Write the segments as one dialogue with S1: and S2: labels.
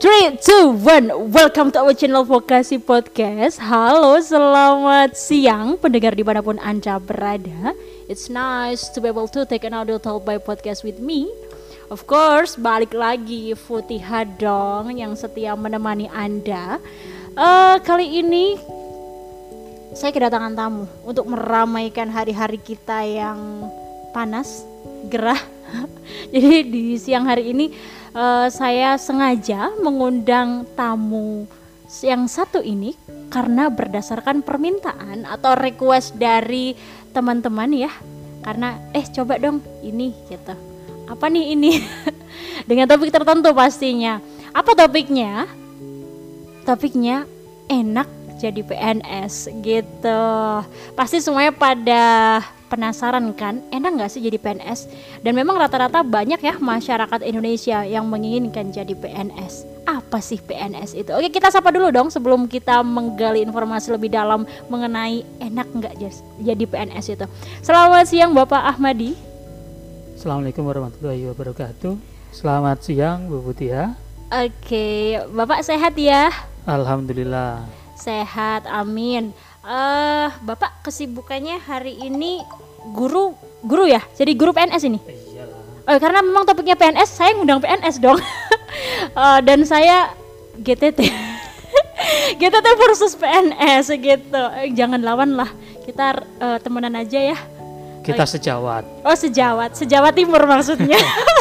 S1: 3, 2, 1, welcome to our channel Vokasi Podcast. Halo, selamat siang pendengar dimanapun Anda berada. It's nice to be able to take an audio talk by podcast with me. Of course, balik lagi Futiha dong yang setia menemani Anda. Kali ini saya kedatangan tamu untuk meramaikan hari-hari kita yang panas, gerah. Jadi di siang hari ini saya sengaja mengundang tamu yang satu ini karena berdasarkan permintaan atau request dari teman-teman ya. Karena coba dong ini gitu. Apa nih ini? Dengan topik tertentu pastinya. Apa topiknya? Topiknya enak jadi PNS gitu. Pasti semuanya pada penasaran kan, enak gak sih jadi PNS? Dan memang rata-rata banyak ya masyarakat Indonesia yang menginginkan jadi PNS. Apa sih PNS itu? Oke, kita sapa dulu dong sebelum kita menggali informasi lebih dalam mengenai enak gak jadi PNS itu. Selamat siang Bapak Ahmadi.
S2: Assalamualaikum warahmatullahi wabarakatuh. Selamat siang Bu Butia.
S1: Oke, Bapak sehat ya?
S2: Alhamdulillah.
S1: Sehat, amin. Bapak kesibukannya hari ini guru ya? Jadi guru PNS ini?
S2: Iyalah.
S1: Karena memang topiknya PNS, saya ngundang PNS dong. Dan saya GTT. GTT versus PNS gitu. Jangan lawan lah. Kita temenan aja ya.
S2: Kita sejawat.
S1: Oh, sejawat Timur maksudnya.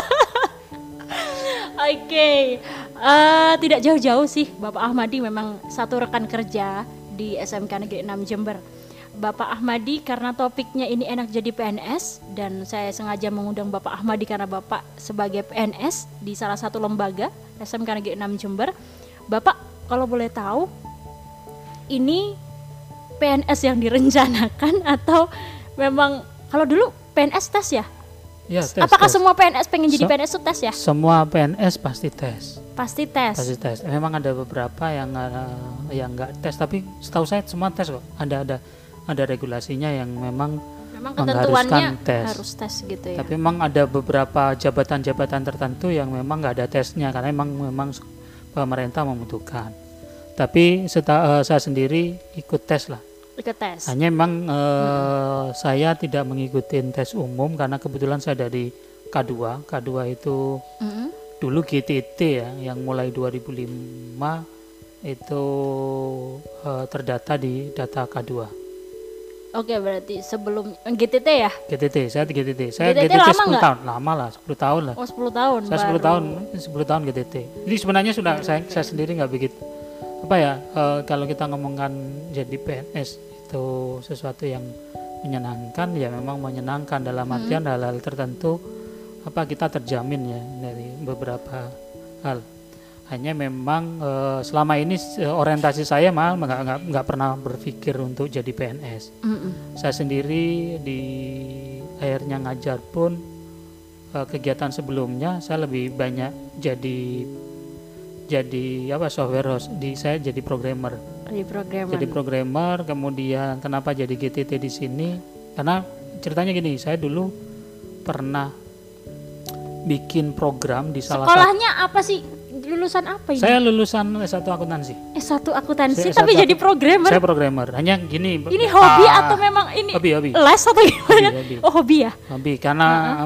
S1: Oke. Tidak jauh-jauh sih Bapak Ahmadi memang satu rekan kerja di SMK Negeri 6 Jember. Bapak Ahmadi karena topiknya ini enak jadi PNS dan saya sengaja mengundang Bapak Ahmadi karena Bapak sebagai PNS di salah satu lembaga SMK Negeri 6 Jember. Bapak kalau boleh tahu ini PNS yang direncanakan atau memang kalau dulu PNS tes ya?
S2: Ya, tes.
S1: Apakah semua PNS pengen jadi PNS itu tes ya?
S2: Semua PNS pasti tes.
S1: Pasti tes.
S2: Memang ada beberapa yang nggak tes, tapi setahu saya semua tes kok. Ada regulasinya yang memang
S1: ketentuannya
S2: mengharuskan tes.
S1: Harus tes gitu ya.
S2: Tapi memang ada beberapa jabatan-jabatan tertentu yang memang nggak ada tesnya karena memang pemerintah membutuhkan. Tapi saya sendiri ikut tes lah.
S1: Ikut tes.
S2: Hanya memang saya tidak mengikuti tes umum karena kebetulan saya dari K2. K2 itu dulu GTT ya, yang mulai 2005 itu terdata di data K2.
S1: Oke, berarti sebelum GTT ya?
S2: Saya GTT. Saya
S1: GTT
S2: GTT
S1: lama
S2: 10 tahun. Lama lah, 10 tahun lah.
S1: Oh, 10 tahun.
S2: Saya 10 tahun GTT. Jadi sebenarnya sudah saya sendiri nggak begitu kalau kita ngomongkan jadi PNS itu sesuatu yang menyenangkan, ya memang menyenangkan dalam artian hal-hal tertentu kita terjamin ya dari beberapa hal. Hanya memang selama ini orientasi saya malah nggak pernah berpikir untuk jadi PNS. Saya sendiri di akhirnya ngajar pun kegiatan sebelumnya saya lebih banyak jadi software host. Saya jadi programmer. Jadi programmer. Kemudian kenapa jadi GTT di sini? Karena ceritanya gini, saya dulu pernah bikin program di salah
S1: Sekolahnya apa sih? Lulusan apa ini?
S2: Saya lulusan S1 akuntansi.
S1: S1 akuntansi tapi jadi programmer.
S2: Saya programmer. Hanya gini.
S1: Ini hobi atau memang ini
S2: hobi.
S1: Les atau gimana?
S2: Hobi.
S1: Oh, hobi ya.
S2: Hobi karena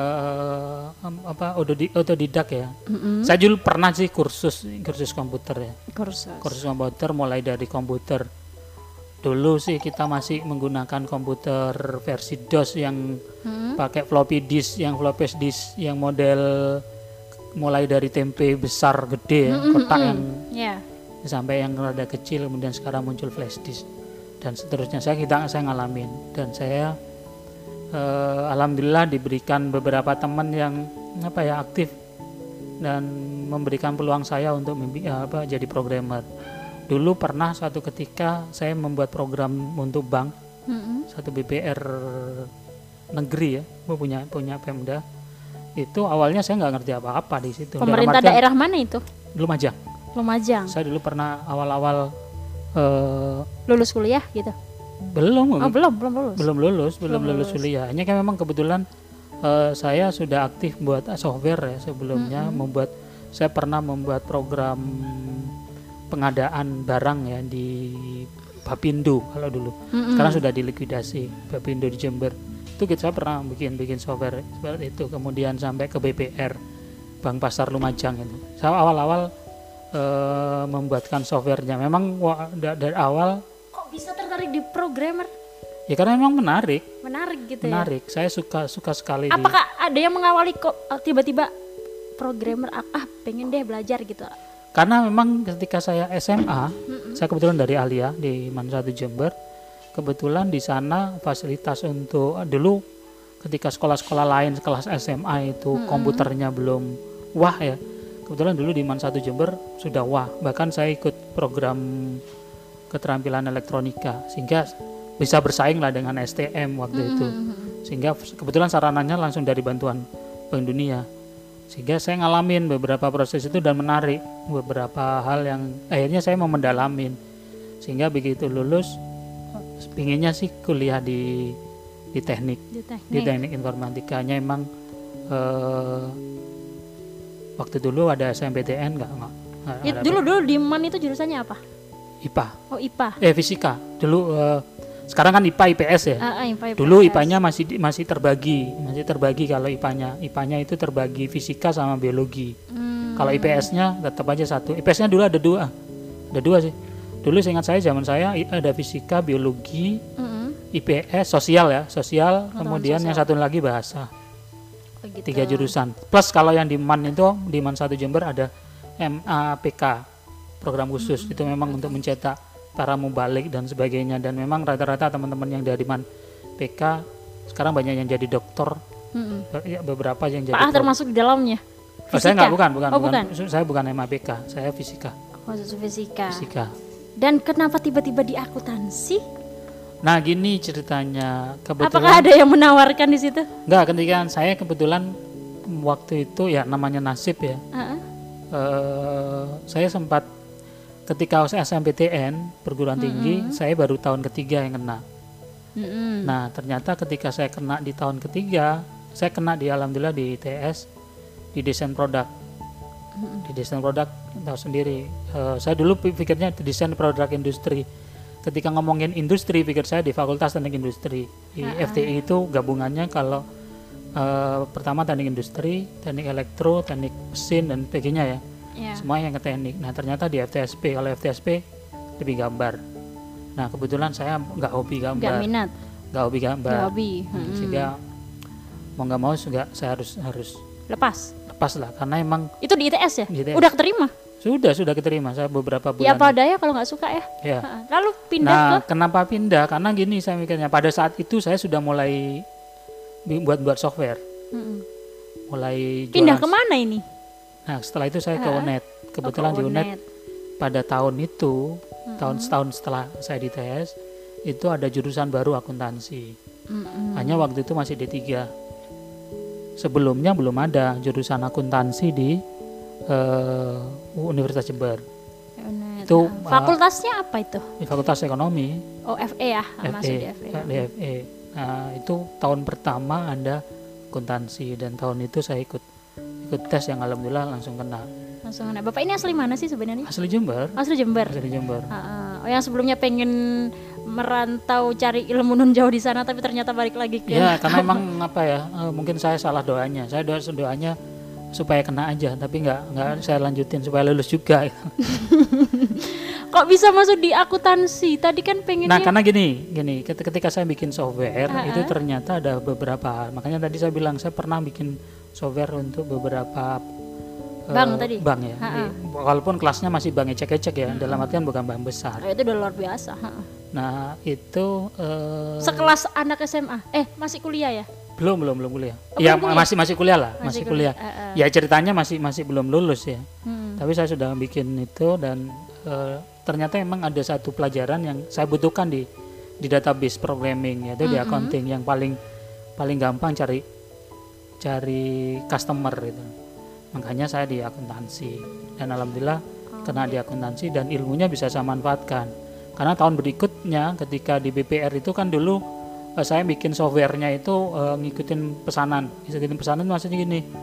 S2: otodidak ya. Saya dulu pernah sih kursus komputer ya. Kursus komputer mulai dari komputer. Dulu sih kita masih menggunakan komputer versi DOS yang pakai floppy disk, yang model mulai dari tempe besar gede ya, kotak yang sampai yang rada kecil, kemudian sekarang muncul flash disk dan seterusnya. Saya ngalamin dan saya alhamdulillah diberikan beberapa teman yang aktif dan memberikan peluang saya untuk jadi programmer. Dulu pernah suatu ketika saya membuat program untuk bank, satu BPR negeri ya, punya Pemda. Itu awalnya saya nggak ngerti apa-apa di situ.
S1: Pemerintah daerah mana itu? Lumajang.
S2: Saya dulu pernah awal-awal
S1: lulus kuliah gitu.
S2: Belum lulus kuliah. Hanya kan memang kebetulan saya sudah aktif buat software ya sebelumnya, membuat saya pernah membuat program pengadaan barang ya di Bapindo kalau dulu. Sekarang sudah dilikuidasi Bapindo di Jember. Itu saya pernah bikin software seperti itu. Kemudian sampai ke BPR, Bank Pasar Lumajang itu. Saya awal-awal membuatkan softwarenya. Memang dari awal.
S1: Kok bisa tertarik di programmer?
S2: Ya karena memang menarik
S1: gitu
S2: menarik.
S1: Ya.
S2: Saya suka sekali.
S1: Apakah ada yang mengawali kok tiba-tiba programmer pengen deh belajar gitu?
S2: Karena memang ketika saya SMA, saya kebetulan dari Alia di Man 1 Jember. Kebetulan di sana fasilitas untuk dulu ketika sekolah-sekolah lain kelas SMA itu komputernya belum wah ya. Kebetulan dulu di Man 1 Jember sudah wah. Bahkan saya ikut program keterampilan elektronika sehingga bisa bersaing lah dengan STM waktu itu. Sehingga kebetulan sarananya langsung dari bantuan Bank Dunia. Sehingga saya ngalamin beberapa proses itu dan menarik beberapa hal yang akhirnya saya mau mendalamin. Sehingga begitu lulus pinginnya sih kuliah di teknik informatikanya. Emang waktu dulu ada SMPTN nggak
S1: dulu di MAN itu jurusannya apa?
S2: IPA.
S1: Oh IPA.
S2: Fisika dulu. Sekarang kan IPA IPS ya.
S1: IPA,
S2: dulu IPA-nya masih terbagi kalau IPA-nya itu terbagi fisika sama biologi. Kalau IPS-nya tetap aja satu. IPS-nya dulu ada dua sih. Dulu seingat saya zaman saya ada fisika, biologi, IPS, sosial, kemudian yang satu lagi bahasa.
S1: Gitu.
S2: 3 jurusan. Plus kalau yang di MAN itu di MAN 1 Jember ada MAPK, program khusus. Itu memang untuk mencetak para mubalik dan sebagainya, dan memang rata-rata teman-teman yang dari MAN PK sekarang banyak yang jadi dokter. Beberapa yang jadi
S1: Pak termasuk di dalamnya.
S2: Saya nggak, bukan. Saya bukan MAPK, saya fisika. Fisika. Dan
S1: kenapa tiba-tiba di akuntansi?
S2: Nah gini ceritanya, kebetulan.
S1: Apakah ada yang menawarkan di situ?
S2: Enggak, ketika saya kebetulan waktu itu ya namanya nasib ya. Saya sempat ketika SMPTN perguruan tinggi, saya baru tahun ketiga yang kena. Nah ternyata ketika saya kena di tahun ketiga, saya kena alhamdulillah di ITS di desain produk. Di desain produk tahu sendiri. Saya dulu pikirnya desain produk industri. Ketika ngomongin industri, pikir saya di Fakultas Teknik Industri. Di FTI itu gabungannya kalau pertama teknik industri, teknik elektro, teknik mesin dan sebagainya ya. Semua yang ke teknik. Nah ternyata di FTSP, kalau FTSP lebih gambar. Nah kebetulan saya nggak hobi gambar.
S1: Nggak minat.
S2: Nggak hobi gambar.
S1: Nggak hobi.
S2: Sehingga mau nggak mau juga saya harus lepas lah, karena emang
S1: itu di ITS ya?
S2: Di ITS.
S1: Udah keterima? Sudah
S2: keterima, saya beberapa bulan.
S1: Ya apa adanya kalau nggak suka ya. Lalu pindah ke?
S2: Kenapa pindah? Karena gini saya mikirnya, pada saat itu saya sudah mulai buat software. Mulai
S1: pindah kemana ini?
S2: Nah setelah itu saya ke UNED. Kebetulan di UNED pada tahun itu, setahun setelah saya di ITS, itu ada jurusan baru akuntansi. Hanya waktu itu masih D3. Sebelumnya belum ada jurusan akuntansi di Universitas Jember. Itu
S1: fakultasnya apa itu?
S2: Fakultas Ekonomi.
S1: Oh FE ya, masuk di FE.
S2: FE. Nah itu tahun pertama ada akuntansi, dan tahun itu saya ikut tes yang alhamdulillah langsung kena.
S1: Bapak ini asli mana sih sebenarnya?
S2: Asli Jember.
S1: Oh yang sebelumnya pengen merantau cari ilmu nun jauh di sana, tapi ternyata balik lagi ke.
S2: Ya karena emang mungkin saya salah doanya. Saya doanya supaya kena aja, tapi nggak saya lanjutin supaya lulus juga.
S1: Kok bisa masuk di akuntansi? Tadi kan pengennya.
S2: Nah karena gini, ketika saya bikin software itu ternyata ada beberapa. Makanya tadi saya bilang saya pernah bikin software untuk beberapa
S1: bank
S2: ya. Walaupun kelasnya masih bank ecek-ecek ya, dalam artian bukan bank besar.
S1: Itu udah luar biasa.
S2: Nah itu
S1: sekelas anak SMA. Masih kuliah ya?
S2: Belum kuliah. Ya masih kuliah lah, masih kuliah. Ya ceritanya masih belum lulus ya. Tapi saya sudah bikin itu, dan ternyata emang ada satu pelajaran yang saya butuhkan di database programming, yaitu di accounting, yang paling gampang cari customer gitu. Makanya saya di akuntansi, dan alhamdulillah kena di akuntansi dan ilmunya bisa saya manfaatkan. Karena tahun berikutnya ketika di BPR itu kan dulu saya bikin softwarenya itu ngikutin pesanan maksudnya gini.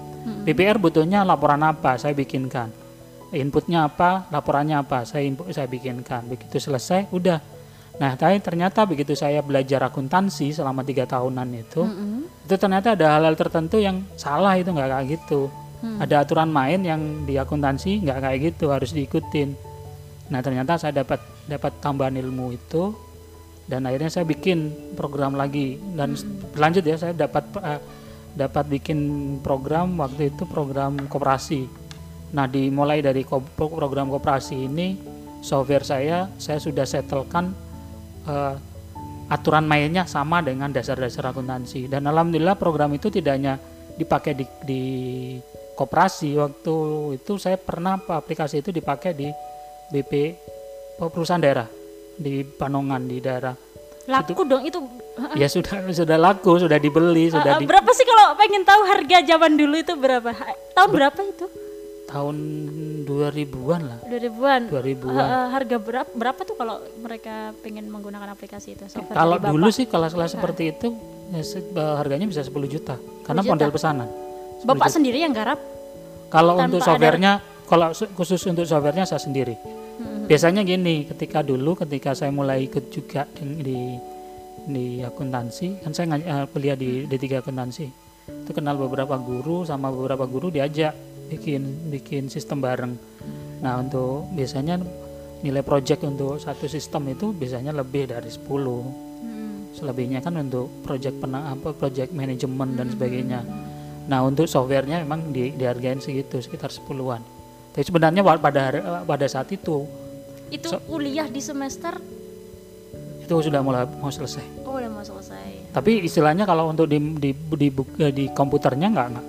S2: DPR butuhnya laporan apa, saya bikinkan. Inputnya apa, laporannya apa, saya bikinkan. Begitu selesai, udah. Nah, tapi ternyata begitu saya belajar akuntansi selama 3 tahunan itu ternyata ada hal-hal tertentu yang salah, itu nggak kayak gitu. Ada aturan main yang di akuntansi nggak kayak gitu, harus diikutin. Nah, ternyata saya dapat tambahan ilmu itu, dan akhirnya saya bikin program lagi, dan berlanjut ya, saya dapat bikin program waktu itu, program koperasi. Nah, dimulai dari program koperasi ini, software saya sudah settlekan aturan mainnya sama dengan dasar-dasar akuntansi, dan alhamdulillah program itu tidak hanya dipakai di koperasi. Waktu itu saya pernah aplikasi itu dipakai di BP perusahaan daerah di Panongan, di daerah.
S1: Laku dong itu.
S2: Ya sudah laku, sudah dibeli, sudah
S1: berapa sih kalau pengen tahu harga zaman dulu itu berapa? Tahun berapa itu?
S2: Tahun 2000-an lah.
S1: 2000-an. Harga berapa tuh kalau mereka pengen menggunakan aplikasi itu?
S2: Kalau dulu sih kalau seperti itu ya, harganya bisa 10 juta karena model pesanan.
S1: Bapak sendiri yang garap?
S2: Kalau untuk softwarenya, kalau khusus untuk softwarenya saya sendiri. Biasanya gini, ketika saya mulai ikut juga di akuntansi, kan saya kuliah di D3 akuntansi. Itu kenal beberapa guru, sama beberapa guru diajak bikin sistem bareng. Nah, untuk biasanya nilai project untuk satu sistem itu biasanya lebih dari 10. Selebihnya kan untuk project manajemen dan sebagainya. Nah, untuk softwarenya memang dihargain segitu, sekitar 10-an. Tapi sebenarnya pada saat itu
S1: kuliah di semester
S2: itu sudah mau selesai.
S1: Oh, udah mau selesai.
S2: Tapi istilahnya kalau untuk di komputernya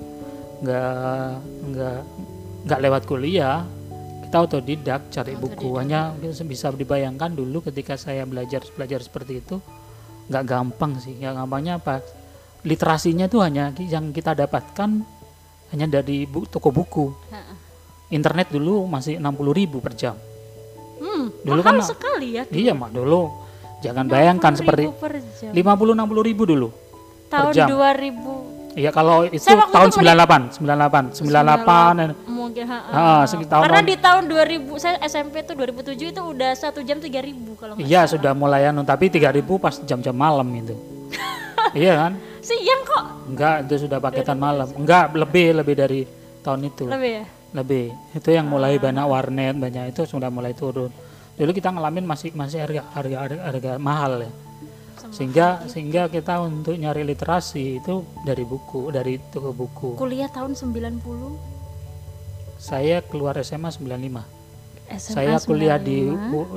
S2: nggak lewat kuliah, kita otodidak cari buku. Hanya bisa dibayangkan dulu ketika saya belajar seperti itu nggak gampang sih. Nggak gampangnya apa? Literasinya tuh hanya yang kita dapatkan hanya dari toko buku. Internet dulu masih 60.000 per jam. Dulu
S1: mahal
S2: kan
S1: sekali ya.
S2: Iya mah dulu. Jangan bayangkan seperti 50-60 ribu dulu.
S1: Tahun 2000.
S2: Iya, kalau itu tahun 98.
S1: Mungkin
S2: tahun
S1: karena di tahun 2000 saya SMP tuh 2007 itu udah 1 jam 3.000 kalau nggak
S2: iya,
S1: salah.
S2: sudah mulai tapi 3.000 pas jam-jam malam itu. Iya kan?
S1: Siang kok.
S2: Enggak, itu sudah paketan malam. Enggak, lebih dari tahun itu.
S1: Lebih ya?
S2: Lebih. Itu yang mulai banyak warnet, banyak itu sudah mulai turun. Dulu kita ngalamin masih harga mahal ya. Sehingga kita untuk nyari literasi itu dari toko buku.
S1: Kuliah tahun 90.
S2: Saya keluar SMA 95. Saya
S1: 95.
S2: kuliah di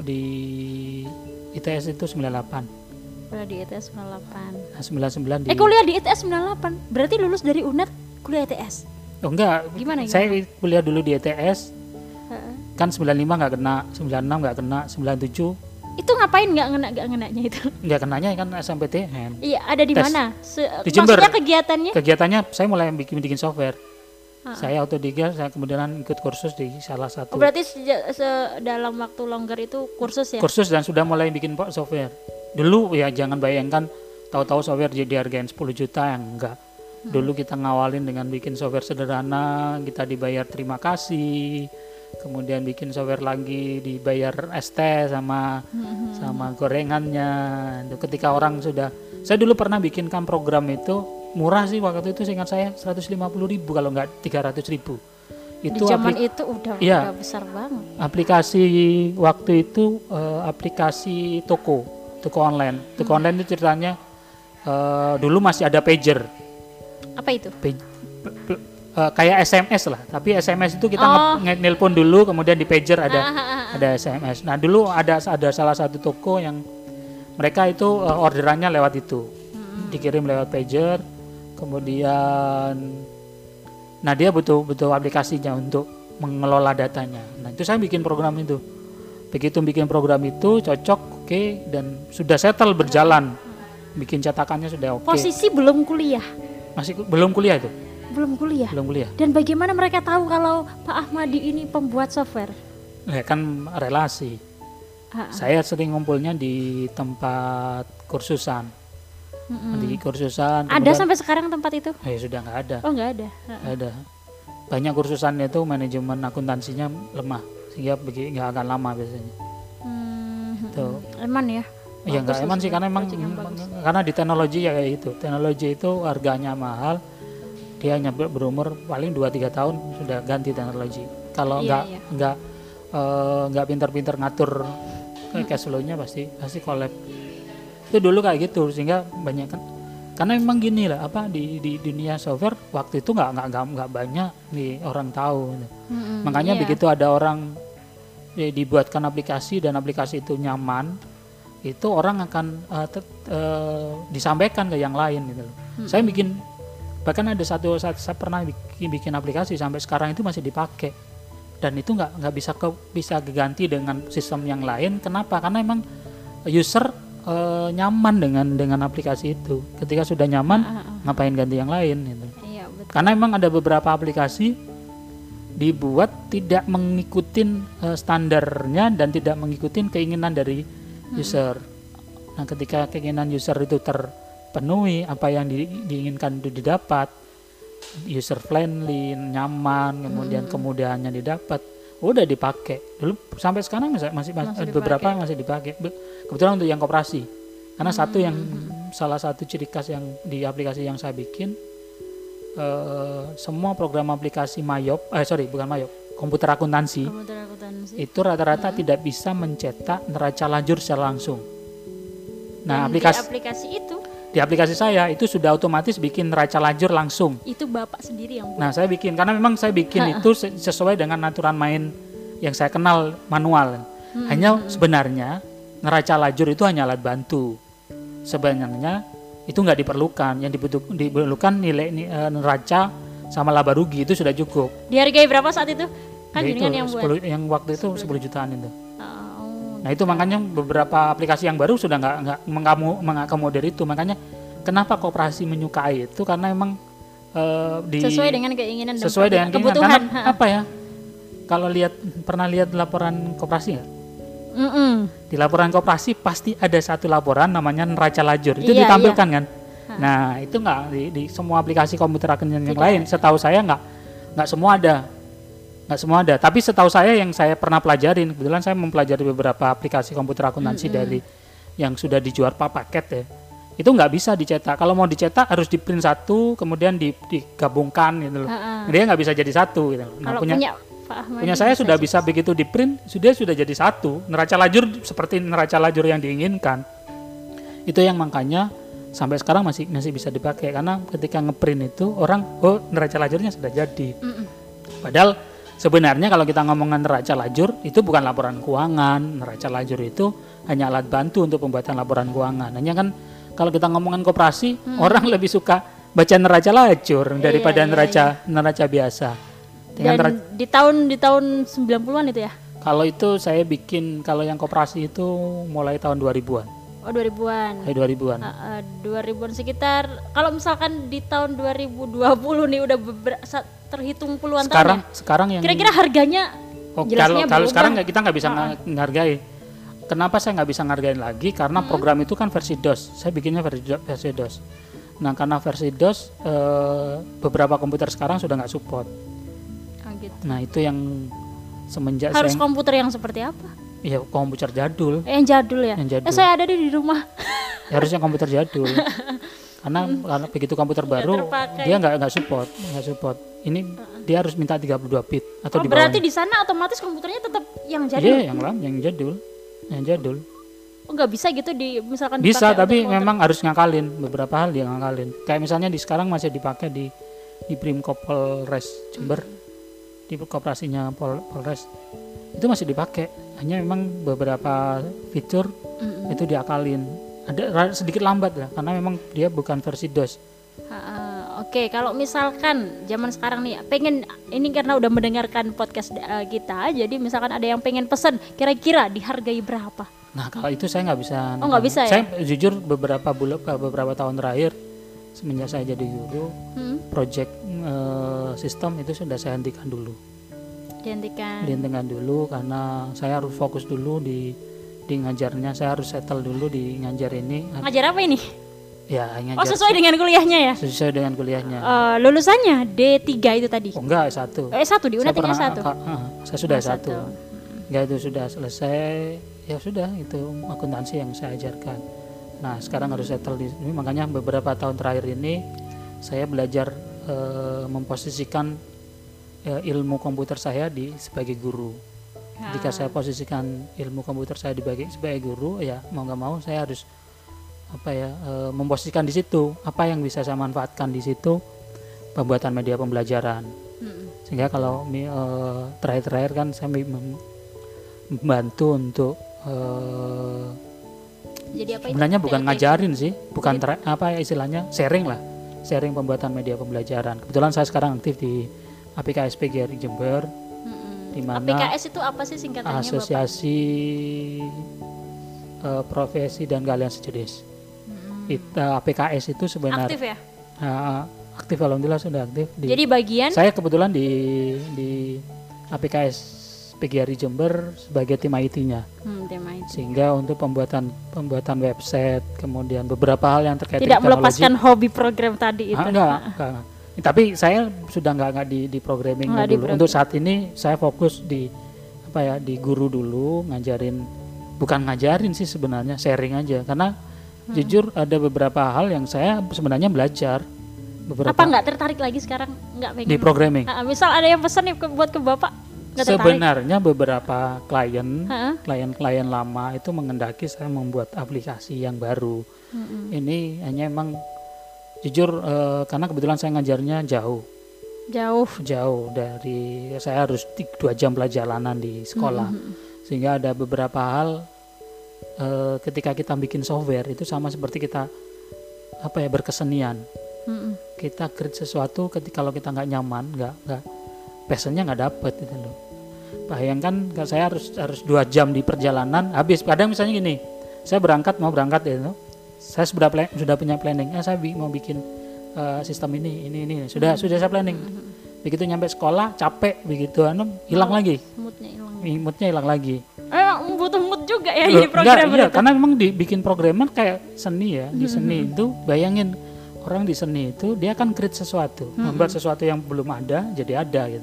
S2: ITS itu 98.
S1: Kuliah di ITS 98.
S2: Nah, 99
S1: kuliah di ITS 98. Berarti lulus dari UNED kuliah ITS.
S2: Oh enggak. Gimana? Saya kuliah dulu di ITS. Kan 95 nggak kena, 96 nggak kena, 97.
S1: Itu ngapain nggak ngenanya itu?
S2: Nggak kenanya kan SMPTN.
S1: Iya, ada di mana?
S2: Di Jember.
S1: Maksudnya kegiatannya?
S2: Kegiatannya saya mulai bikin software. Saya autodidak, saya kemudian ikut kursus di salah satu.
S1: Berarti dalam waktu longgar itu kursus ya?
S2: Kursus, dan sudah mulai bikin software. Dulu ya jangan bayangkan tahu-tahu software jadi hargain 10 juta, yang enggak. Dulu kita ngawalin dengan bikin software sederhana, kita dibayar terima kasih. Kemudian bikin software lagi dibayar ST sama gorengannya. Ketika orang saya dulu pernah bikinkan program itu murah sih waktu itu, seingat saya 150.000 kalau nggak 300.000. Itu
S1: di zaman itu udah besar banget.
S2: Aplikasi waktu itu aplikasi toko online. Toko online itu ceritanya dulu masih ada pager.
S1: Apa itu?
S2: Kayak SMS lah, tapi SMS itu kita nelpon dulu, kemudian di pager ada SMS. Nah, dulu ada salah satu toko yang mereka itu orderannya lewat itu, dikirim lewat pager, kemudian dia butuh aplikasinya untuk mengelola datanya. Nah, itu saya bikin program itu. Begitu bikin program itu cocok, oke, dan sudah settle berjalan. Bikin cetakannya sudah oke.
S1: Posisi belum kuliah.
S2: Masih belum kuliah itu.
S1: Belum kuliah. Dan bagaimana mereka tahu kalau Pak Ahmadi ini pembuat software?
S2: Ya kan relasi. Saya sering ngumpulnya di tempat kursusan. Di kursusan.
S1: Ada sampai sekarang tempat itu?
S2: Sudah nggak ada.
S1: Oh, nggak ada.
S2: Ada. banyak kursusannya itu manajemen akuntansinya lemah sehingga nggak akan lama biasanya. Tuh.
S1: Eman ya?
S2: Ya nggak eman sih, karena emang karena di teknologi ya kayak itu. Teknologi itu harganya mahal, dia hanya berumur paling 2-3 tahun sudah ganti teknologi. Kalau nggak pintar-pintar ngatur cash flow-nya pasti collab. Itu dulu kayak gitu, sehingga banyak kan, karena memang gini lah, apa di dunia software waktu itu nggak banyak nih orang tahu. Makanya begitu ada orang dibuatkan aplikasi dan aplikasi itu nyaman, itu orang akan disampaikan ke yang lain gitu loh. Saya bikin, bahkan ada saya pernah bikin aplikasi sampai sekarang itu masih dipakai, dan itu nggak bisa diganti dengan sistem yang lain. Kenapa? Karena emang user nyaman dengan aplikasi itu. Ketika sudah nyaman, ngapain ganti yang lain gitu.
S1: Iya, betul.
S2: Karena emang ada beberapa aplikasi dibuat tidak mengikuti standarnya dan tidak mengikuti keinginan dari user. Nah, ketika keinginan user itu terpenuhi, apa yang diinginkan itu didapat, user friendly, nyaman, kemudian kemudahannya didapat, udah dipakai. Dulu sampai sekarang masih beberapa masih dipakai. Kebetulan untuk yang koperasi. Karena salah satu ciri khas yang di aplikasi yang saya bikin, semua program aplikasi komputer akuntansi itu rata-rata tidak bisa mencetak neraca lajur secara langsung. Nah, di aplikasi saya itu sudah otomatis bikin neraca lajur langsung.
S1: Itu Bapak sendiri yang buat?
S2: Nah, saya bikin, karena memang saya bikin itu sesuai dengan aturan main yang saya kenal, manual. Hanya sebenarnya neraca lajur itu hanya alat bantu. Sebenarnya itu nggak diperlukan. Yang diperlukan nilai neraca sama laba rugi itu sudah cukup.
S1: Dihargai berapa saat itu? Kan
S2: Ya
S1: jenengan yang buat.
S2: Yang waktu itu 10 jutaan itu. Nah, itu makanya beberapa aplikasi yang baru sudah nggak mengakomodir itu. Makanya kenapa koperasi menyukai itu, karena emang
S1: sesuai dengan keinginan dan
S2: kebutuhan. Karena apa ya? Kalau pernah lihat laporan koperasi nggak? Di laporan koperasi pasti ada satu laporan namanya neraca lajur. Itu ditampilkan kan? Nah, itu nggak di semua aplikasi komputer akuntansi yang lain. Setahu saya nggak semua ada. Tapi setahu saya yang saya pernah pelajarin, kebetulan saya mempelajari beberapa aplikasi komputer akuntansi dari yang sudah dijual paket ya. Itu nggak bisa dicetak. Kalau mau dicetak harus di print satu, kemudian digabungkan gitu loh. Dia nggak bisa jadi satu gitu. Nah, punya saya sudah bisa begitu di print, sudah jadi satu. Neraca lajur seperti neraca lajur yang diinginkan. Itu yang makanya sampai sekarang masih bisa dipakai, karena ketika ngeprint itu orang neraca lajurnya sudah jadi. Padahal sebenarnya kalau kita ngomongin neraca lajur itu bukan laporan keuangan. Neraca lajur itu hanya alat bantu untuk pembuatan laporan keuangan. Hanya kan kalau kita ngomongin koperasi, orang lebih suka baca neraca lajur daripada neraca biasa.
S1: Dan di tahun 90-an itu ya?
S2: Kalau itu saya bikin, kalau yang koperasi itu mulai tahun 2000-an.
S1: Oh, 2000-an.
S2: 2000-an.
S1: 2000-an sekitar. Kalau misalkan di tahun 2020 nih udah terhitung puluhan tahun ya?
S2: Sekarang yang
S1: kira-kira harganya
S2: kalau sekarang kita nggak bisa menghargai. Kenapa saya nggak bisa ngargain lagi? Karena program itu kan versi DOS. Saya bikinnya versi DOS. Nah, karena versi DOS beberapa komputer sekarang sudah nggak support.
S1: Gitu.
S2: Nah, itu yang semenjak
S1: harus komputer yang seperti apa?
S2: Ya, komputer jadul.
S1: Yang jadul ya? Yang jadul. Saya ada di rumah.
S2: Ya, harusnya komputer jadul. karena begitu komputer baru dia nggak support. Ini dia harus minta 32 bit atau di bawahnya.
S1: Berarti di sana otomatis komputernya tetap yang jadul?
S2: Iya, yang jadul.
S1: Oh, nggak bisa gitu misalkan
S2: bisa, tapi memang harus ngakalin, beberapa hal dia ngakalin. Kayak misalnya sekarang masih dipakai di Brimkop Polres Jember, di koperasinya Polres itu masih dipakai. Hanya memang beberapa fitur itu diakalin. Ada sedikit lambat lah, karena memang dia bukan versi DOS.
S1: Oke, kalau misalkan zaman sekarang nih pengen, ini karena udah mendengarkan podcast kita, jadi misalkan ada yang pengen pesan, kira-kira dihargai berapa?
S2: Nah, kalau itu saya nggak bisa.
S1: Oh, nggak bisa ya?
S2: Saya jujur beberapa tahun terakhir semenjak saya jadi guru, project sistem itu sudah saya hentikan dulu. Dihentikan dulu karena saya harus fokus dulu di ngajarnya. Saya harus settle dulu di ngajar ini.
S1: Ngajar apa ini?
S2: Ya hanya
S1: Oh, sesuai dengan kuliahnya ya?
S2: sesuai dengan kuliahnya.
S1: Lulusannya D3 itu tadi?
S2: Oh enggak, S1.
S1: S1 di Unatiknya S1?
S2: Saya sudah
S1: S1.
S2: S1. Enggak, itu sudah selesai. Ya sudah, itu akuntansi yang saya ajarkan. Nah sekarang harus settle di sini, makanya beberapa tahun terakhir ini saya belajar memposisikan ilmu komputer saya sebagai guru. Ketika saya posisikan ilmu komputer saya sebagai guru, ya mau nggak mau saya harus memposisikan di situ apa yang bisa saya manfaatkan di situ, pembuatan media pembelajaran. Sehingga kalau terakhir kan saya membantu untuk
S1: jadi apa
S2: sebenarnya
S1: itu?
S2: bukan ngajarin sih, bukan istilahnya sharing pembuatan media pembelajaran. Kebetulan saya sekarang aktif di APKS PGRI Jember, di mana
S1: APKS itu apa sih singkatannya,
S2: Asosiasi Profesi dan Keahlian Sejenis. APKS itu sebenarnya
S1: aktif ya?
S2: Aktif, alhamdulillah sudah aktif.
S1: Jadi bagian
S2: saya kebetulan di APKS PGRI Jember sebagai tim IT-nya.
S1: Tim IT.
S2: Sehingga untuk pembuatan website, kemudian beberapa hal yang terkait
S1: tidak
S2: teknologi.
S1: melepaskan hobi program tadi itu.
S2: Enggak. Tapi saya sudah enggak di programming dulu. Untuk saat ini saya fokus di guru dulu, bukan ngajarin sih sebenarnya, sharing aja. Karena jujur ada beberapa hal yang saya sebenarnya belajar.
S1: Apa enggak tertarik lagi sekarang? Enggak pengen.
S2: Di programming.
S1: Misal ada yang pesan nih buat ke Bapak.
S2: Sebenarnya beberapa klien lama itu mengendaki saya membuat aplikasi yang baru. Ini hanya emang jujur karena kebetulan saya ngajarnya jauh dari, saya harus 2 jam perjalanan di sekolah. Sehingga ada beberapa hal ketika kita bikin software itu sama seperti kita berkesenian. Kita create sesuatu kalau kita nggak nyaman, nggak passionnya nggak dapet gitu loh. Bayangkan saya harus 2 jam di perjalanan habis. Kadang misalnya gini, saya mau berangkat gitu, saya sudah punya planning, saya mau bikin sistem ini sudah saya planning. Begitu nyampe sekolah capek begitu, hilang lagi, moodnya hilang lagi.
S1: Butuh mood juga ya jadi programmer.
S2: Iya, karena memang dibikin programmer kayak seni ya. Di seni itu bayangin orang di seni itu dia akan create sesuatu, membuat sesuatu yang belum ada jadi ada gitu.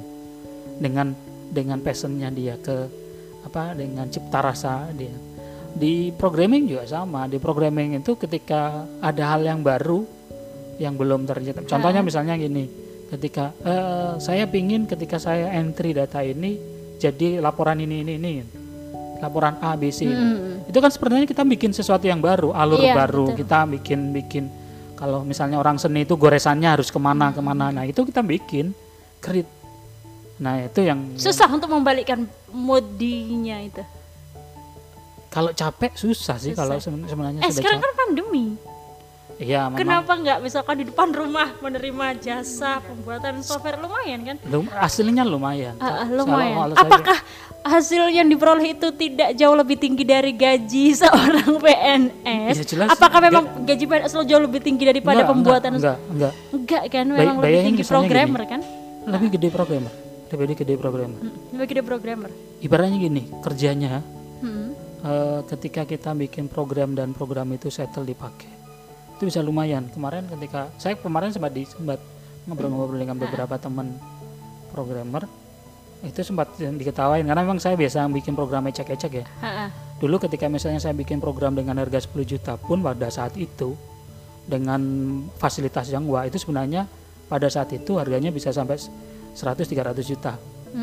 S2: Dengan passionnya dia dengan cipta rasa dia. Di programming juga sama. Di programming itu ketika ada hal yang baru yang belum terjadi. Contohnya misalnya gini, ketika saya pingin ketika saya entry data ini jadi laporan ini. Laporan A, B, C. Itu kan sebenarnya kita bikin sesuatu yang baru, alur baru. Betul. Kita bikin kalau misalnya orang seni itu goresannya harus kemana. Nah itu kita bikin create. Nah itu yang
S1: susah untuk membalikkan moodinya itu.
S2: Kalau capek susah sih kalau sebenarnya sudah
S1: sekarang
S2: capek.
S1: Kan pandemi.
S2: Iya,
S1: kenapa nggak misalkan di depan rumah menerima jasa pembuatan software, lumayan kan?
S2: Hasilnya lumayan.
S1: Lumayan. Apakah hasil yang diperoleh itu tidak jauh lebih tinggi dari gaji seorang PNS? Ya, jelas, apakah memang gaji PNS jauh lebih tinggi daripada pembuatan? Enggak kan? Memang lebih tinggi programmer kan?
S2: Lebih gede programmer. Lebih gede programmer. Ibaratnya gini, kerjanya ketika kita bikin program dan program itu settle dipakai, itu bisa lumayan. Saya kemarin sempat ngobrol-ngobrol dengan beberapa teman programmer, itu sempat diketawain karena memang saya biasa bikin program ecek-ecek ya. Dulu ketika misalnya saya bikin program dengan harga 10 juta pun pada saat itu dengan fasilitas yang wah itu sebenarnya pada saat itu harganya bisa sampai 100-300 juta.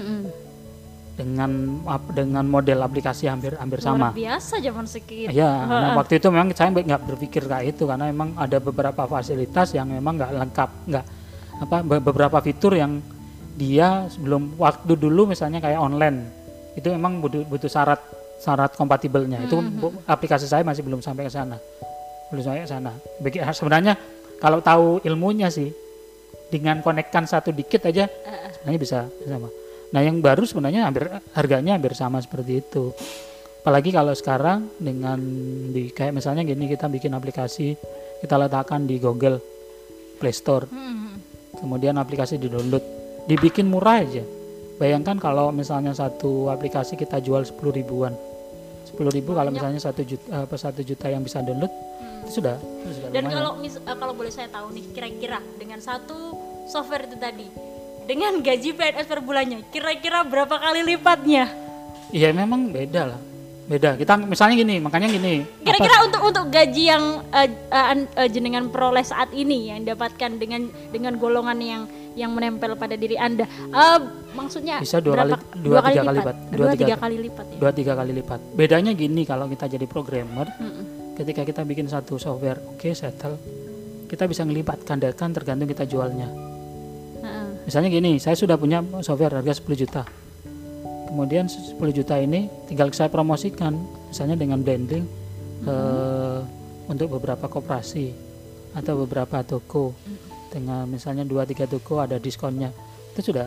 S2: Dengan model aplikasi hampir sama.
S1: Luar biasa zaman segitu.
S2: Ya, nah waktu itu memang saya nggak berpikir kayak itu karena memang ada beberapa fasilitas yang memang nggak lengkap, beberapa fitur yang dia sebelum waktu dulu misalnya kayak online itu memang butuh syarat kompatibelnya. Itu aplikasi saya masih belum sampai ke sana. Sebenarnya kalau tahu ilmunya sih dengan konekkan satu dikit aja sebenarnya bisa sama. Nah yang baru sebenarnya harganya hampir sama seperti itu. Apalagi kalau sekarang dengan kayak misalnya gini, kita bikin aplikasi, kita letakkan di Google Play Store, kemudian aplikasi di-download, dibikin murah aja. Bayangkan kalau misalnya satu aplikasi kita jual 10 ribuan, 10 ribu kalau misalnya 1 juta yang bisa download, sudah
S1: Dan
S2: lumayan.
S1: kalau boleh saya tahu nih, kira-kira dengan satu software itu tadi, dengan gaji PNS per bulannya, kira-kira berapa kali lipatnya?
S2: Iya memang beda lah, beda. Kita misalnya gini, makanya gini.
S1: Kira-kira untuk gaji yang jenengan peroleh saat ini yang dapatkan dengan golongan yang menempel pada diri Anda, maksudnya
S2: bisa
S1: dua kali lipat. Tiga kali lipat ya.
S2: 2-3 kali lipat. Bedanya gini, kalau kita jadi programmer, ketika kita bikin satu software, oke, settle, kita bisa ngelipat gandakan tergantung kita jualnya. Misalnya gini, saya sudah punya software harga 10 juta. Kemudian 10 juta ini tinggal saya promosikan, misalnya dengan branding untuk beberapa koperasi atau beberapa toko, dengan misalnya 2-3 toko ada diskonnya, itu sudah.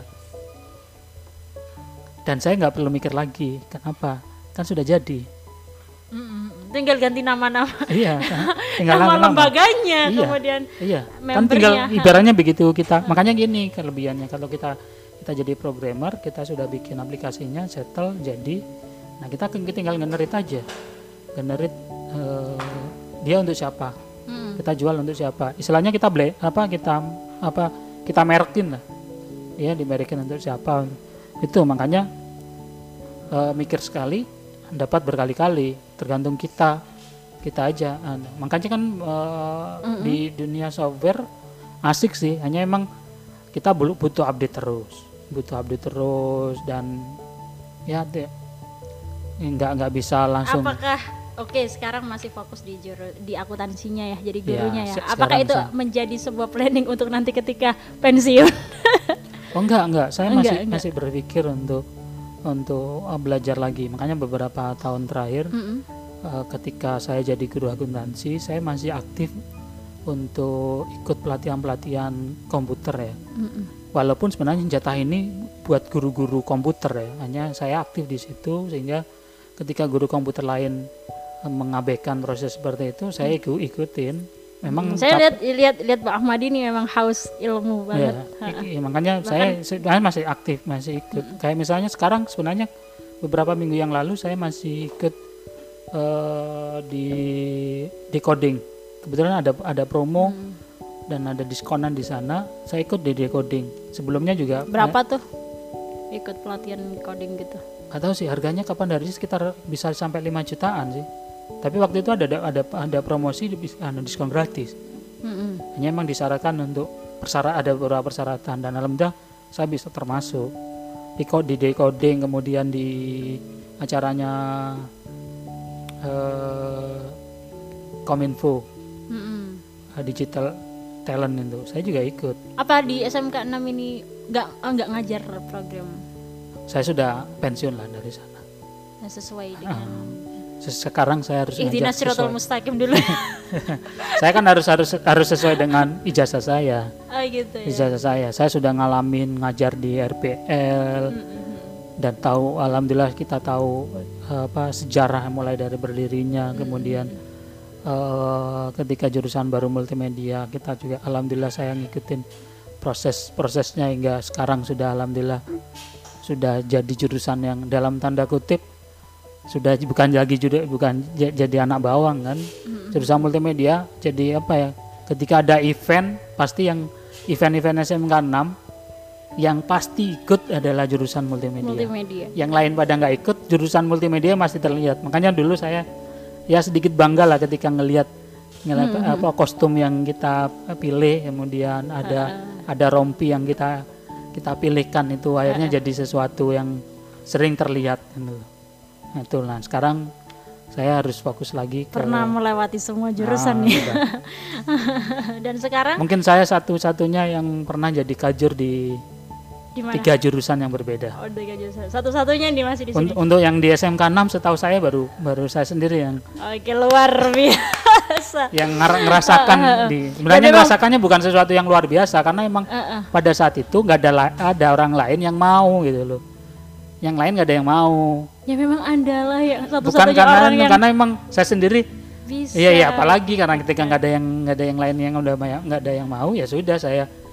S2: Dan saya nggak perlu mikir lagi, kenapa? Kan sudah jadi.
S1: Tinggal ganti nama-nama.
S2: Iya, tinggal
S1: nama lembaganya,
S2: iya,
S1: kemudian
S2: iya.
S1: membernya.
S2: Kan tinggal ibaratnya begitu kita. Makanya gini kelebihannya, kalau kita jadi programmer, kita sudah bikin aplikasinya, settle, jadi. Nah, kita tinggal generate aja. Generate dia untuk siapa? Kita jual untuk siapa? Istilahnya kita kita merekin lah. Ya, dimerekin untuk siapa? Itu makanya mikir sekali dapat berkali-kali, tergantung kita aja. Makanya kan di dunia software asik sih, hanya emang kita butuh update terus dan ya nggak bisa langsung.
S1: Apakah sekarang masih fokus di akuntansinya ya, jadi gurunya ya? Apakah itu menjadi sebuah planning untuk nanti ketika pensiun?
S2: Oh enggak, saya masih berpikir untuk belajar lagi. Makanya beberapa tahun terakhir ketika saya jadi guru akuntansi, saya masih aktif untuk ikut pelatihan komputer ya. Walaupun sebenarnya jatah ini buat guru-guru komputer ya, hanya saya aktif di situ, sehingga ketika guru komputer lain mengabaikan proses seperti itu, saya ikutin. Memang
S1: saya lihat Pak Ahmad ini memang haus ilmu banget.
S2: Ya, makanya saya masih aktif, masih ikut. Kayak misalnya sekarang, sebenarnya beberapa minggu yang lalu saya masih ikut di coding. Kebetulan ada promo dan ada diskonan di sana. Saya ikut di decoding. Sebelumnya juga. Berapa
S1: tuh ikut pelatihan coding gitu?
S2: Gak tahu sih harganya kapan, dari sekitar bisa sampai 5 jutaan sih. Tapi waktu itu ada promosi diskon gratis. Hanya emang disyaratkan untuk ada beberapa persyaratan, dan alhamdulillah saya bisa termasuk di decoding, kemudian di acaranya Kominfo digital talent itu saya juga ikut. Apa
S1: di SMK 6 ini nggak ngajar program?
S2: Saya sudah pensiun lah dari sana.
S1: Nah, sesuai dengan
S2: sekarang saya harus
S1: Ihdinas Siratal Mustaqim dulu.
S2: Saya kan harus sesuai dengan ijazah saya.
S1: Oh gitu ya.
S2: Ijazah saya sudah ngalamin ngajar di RPL dan tahu, alhamdulillah kita tahu sejarah mulai dari berdirinya, kemudian ketika jurusan baru multimedia kita juga alhamdulillah saya ngikutin prosesnya hingga sekarang sudah alhamdulillah sudah jadi jurusan yang dalam tanda kutip sudah bukan jadi anak bawang kan. Jurusan multimedia jadi ketika ada event pasti yang event SMK 6 yang pasti ikut adalah jurusan multimedia. Yang lain pada nggak ikut, jurusan multimedia masih terlihat. Makanya dulu saya ya sedikit bangga lah ketika ngelihat kostum yang kita pilih, kemudian ada rompi yang kita pilihkan, itu akhirnya jadi sesuatu yang sering terlihat gitu. Nah, itulah sekarang saya harus fokus lagi
S1: pernah melewati semua jurusan nih. Dan sekarang
S2: mungkin saya satu-satunya yang pernah jadi kajur di 3 jurusan yang berbeda.
S1: Oh, 3 jurusan. Satu-satunya yang masih di sini.
S2: Untuk yang di SMK 6 setahu saya baru saya sendiri yang
S1: luar biasa.
S2: Yang ngerasakan sebenarnya ngerasakannya bukan sesuatu yang luar biasa, karena emang pada saat itu nggak ada orang lain yang mau gitu loh. Yang lain nggak ada yang mau.
S1: Ya memang Anda lah yang satu-satunya orang yang
S2: karena emang saya sendiri
S1: bisa.
S2: Iya apalagi karena ketika nggak ada yang lain yang udah nggak ada yang mau, ya sudah saya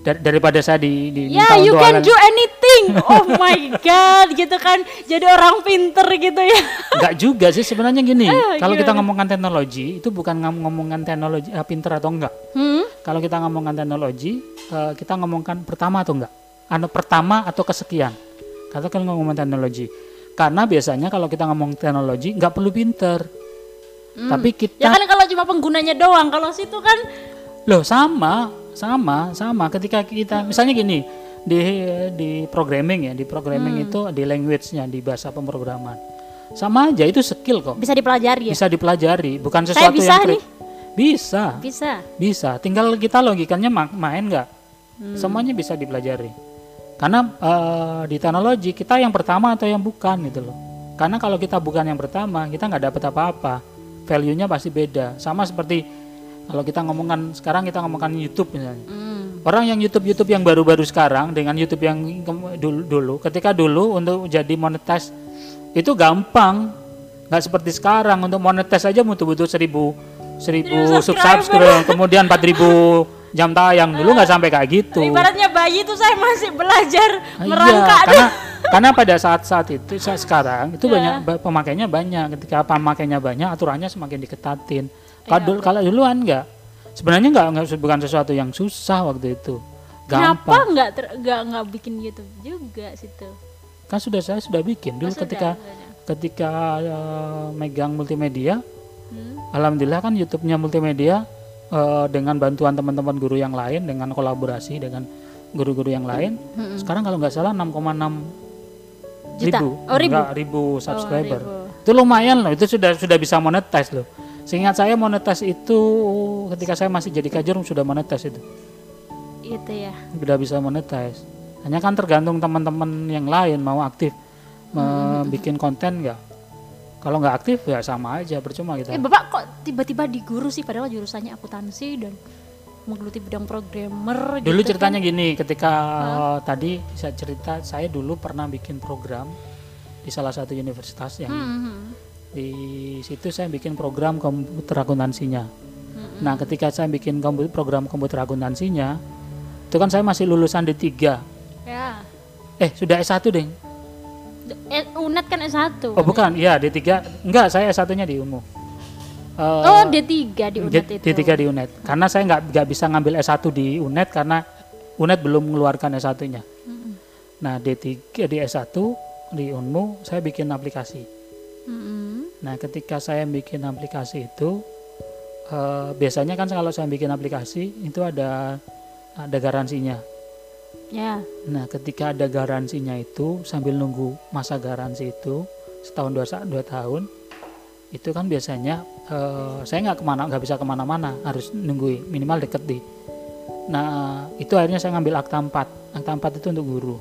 S2: daripada saya di
S1: Ya, you can do anything. Oh my god, gitu kan. Jadi orang pinter gitu ya.
S2: Enggak juga sih sebenarnya gini. Kalau kita
S1: gimana?
S2: ngomongkan teknologi, itu bukan ngomongkan teknologi pinter atau enggak. Kalau kita ngomongkan teknologi, kita ngomongkan pertama atau enggak. Pertama atau kesekian. Kalau ngomongkan teknologi. Karena biasanya kalau kita ngomong teknologi nggak perlu pinter. Tapi kita
S1: Ya kan kalau cuma penggunanya doang. Kalau situ kan
S2: loh sama ketika kita misalnya gini di programming ya, di programming itu di language-nya, di bahasa pemrograman. Sama aja itu skill kok.
S1: bisa dipelajari ya.
S2: Bisa dipelajari, bukan
S1: Saya
S2: sesuatu
S1: bisa
S2: yang
S1: nih.
S2: Bisa. Tinggal kita logikanya main nggak. Semuanya bisa dipelajari. Karena di teknologi kita yang pertama atau yang bukan gitu loh. Karena kalau kita bukan yang pertama, kita nggak dapat apa-apa. Value-nya pasti beda. Sama seperti kalau kita sekarang kita ngomongkan YouTube misalnya. Orang yang YouTube yang baru-baru sekarang dengan YouTube yang dulu, ketika dulu untuk jadi monetize itu gampang. Nggak seperti sekarang, untuk monetize aja butuh 1000 subscriber, kemudian 4000 jam tayang. Dulu nggak sampai kayak gitu.
S1: Ibaratnya bayi itu saya masih belajar
S2: Iya,
S1: merangkak.
S2: karena pada saat itu sekarang itu banyak pemakainya banyak. Ketika pemakainya banyak, aturannya semakin diketatin. Kalau duluan enggak. Sebenarnya bukan sesuatu yang susah waktu itu.
S1: Kenapa
S2: Gampang.
S1: nggak bikin YouTube juga situ?
S2: Kan saya sudah bikin dulu ketika megang multimedia. Alhamdulillah kan YouTube-nya multimedia dengan bantuan teman-teman guru yang lain, dengan kolaborasi dengan guru-guru yang lain. Sekarang kalau nggak salah 6,6 ribu subscriber. Itu lumayan loh, itu sudah bisa monetize loh. Seingat saya monetize itu ketika saya masih jadi kajer sudah monetize itu.
S1: Itu ya.
S2: Sudah bisa monetize. Hanya kan tergantung teman-teman yang lain mau aktif bikin konten nggak. Kalau nggak aktif ya sama aja, percuma kita.
S1: Bapak kok tiba-tiba di guru sih, padahal jurusannya akuntansi dan menggeluti bidang programmer.
S2: Dulu
S1: gitu
S2: ceritanya
S1: kan.
S2: gini, ketika tadi saya cerita, saya dulu pernah bikin program di salah satu universitas yang di situ saya bikin program komputer akuntansinya. Nah, ketika saya bikin program komputer akuntansinya, itu kan saya masih lulusan D3.
S1: Ya.
S2: Sudah S1 deh.
S1: UNED kan S1.
S2: Oh bukan, iya D3. Enggak, saya S1-nya di UNMU.
S1: D3 di UNED itu.
S2: D3 di UNED. Karena saya nggak bisa ngambil S1 di UNED karena UNED belum mengeluarkan S1-nya. Nah, D3 di S1 di UNMU saya bikin aplikasi. Nah, ketika saya bikin aplikasi itu biasanya kan kalau saya bikin aplikasi itu ada garansinya.
S1: Ya.
S2: Nah, ketika ada garansinya itu sambil nunggu masa garansi itu setahun 2 tahun itu kan biasanya saya nggak bisa kemana-mana, harus nunggu minimal deket deh. Nah, itu akhirnya saya ngambil akta 4. Akta 4 itu untuk guru.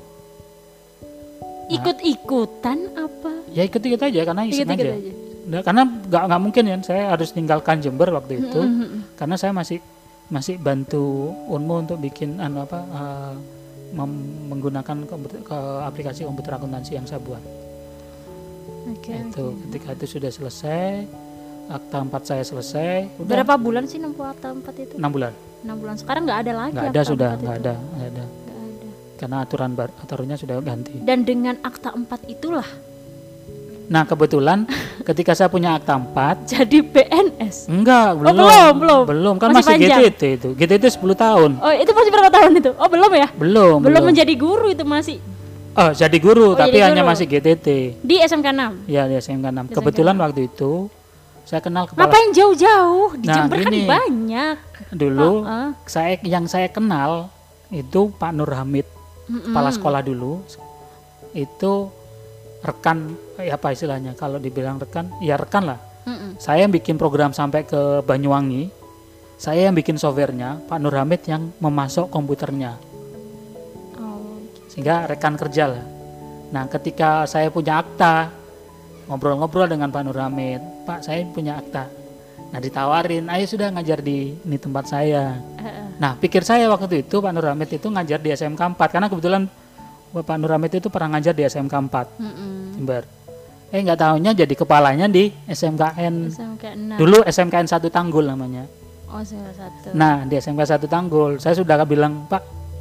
S1: Ikut-ikutan apa?
S2: Ya ikut-ikut aja karena iseng
S1: Ikut-ikut
S2: aja. Nah, karena nggak mungkin ya saya harus tinggalkan Jember waktu itu karena saya masih bantu Unmu untuk bikin menggunakan aplikasi komputer akuntansi yang saya buat. Ketika itu sudah selesai, akta 4 saya selesai.
S1: Berapa bulan sih nempuh akta 4 itu?
S2: 6 bulan.
S1: 6 bulan. Sekarang nggak ada lagi.
S2: Nggak ada, sudah nggak ada. Karena aturannya sudah ganti.
S1: Dan dengan akta 4 itulah.
S2: Nah, kebetulan ketika saya punya akta 4
S1: jadi PNS.
S2: Enggak, belum. Kan masih GTT itu. GTT 10 tahun.
S1: Oh, itu masih berapa tahun itu? Oh, belum ya?
S2: Belum
S1: menjadi guru itu masih.
S2: Oh, jadi guru tapi
S1: jadi
S2: hanya
S1: guru.
S2: masih GTT.
S1: Di SMK 6.
S2: Ya, di SMK 6. Kebetulan waktu itu saya kenal kepala.
S1: Ngapain jauh-jauh? Di Jember kan
S2: gini,
S1: banyak.
S2: Dulu yang saya kenal itu Pak Nur Hamid, kepala sekolah dulu. Itu rekan, apa istilahnya kalau dibilang rekan, ya rekan lah. Saya yang bikin program sampai ke Banyuwangi, saya yang bikin softwarenya, Pak Nur Hamid yang memasok komputernya, sehingga rekan kerja lah. Nah, ketika saya punya akta, ngobrol-ngobrol dengan Pak Nur Hamid, Pak saya punya akta. Nah, ditawarin, ayo sudah ngajar di tempat saya. Nah, pikir saya waktu itu Pak Nur Hamid itu ngajar di SMK 4, karena kebetulan Pak Nur Hamid itu pernah ngajar di SMK 4 Jember. Nggak tahunya jadi kepalanya di SMKN 6. Dulu SMKN 1 Tanggul namanya.
S1: Oh, salah satu.
S2: Nah, di SMK 1 Tanggul saya sudah bilang, Pak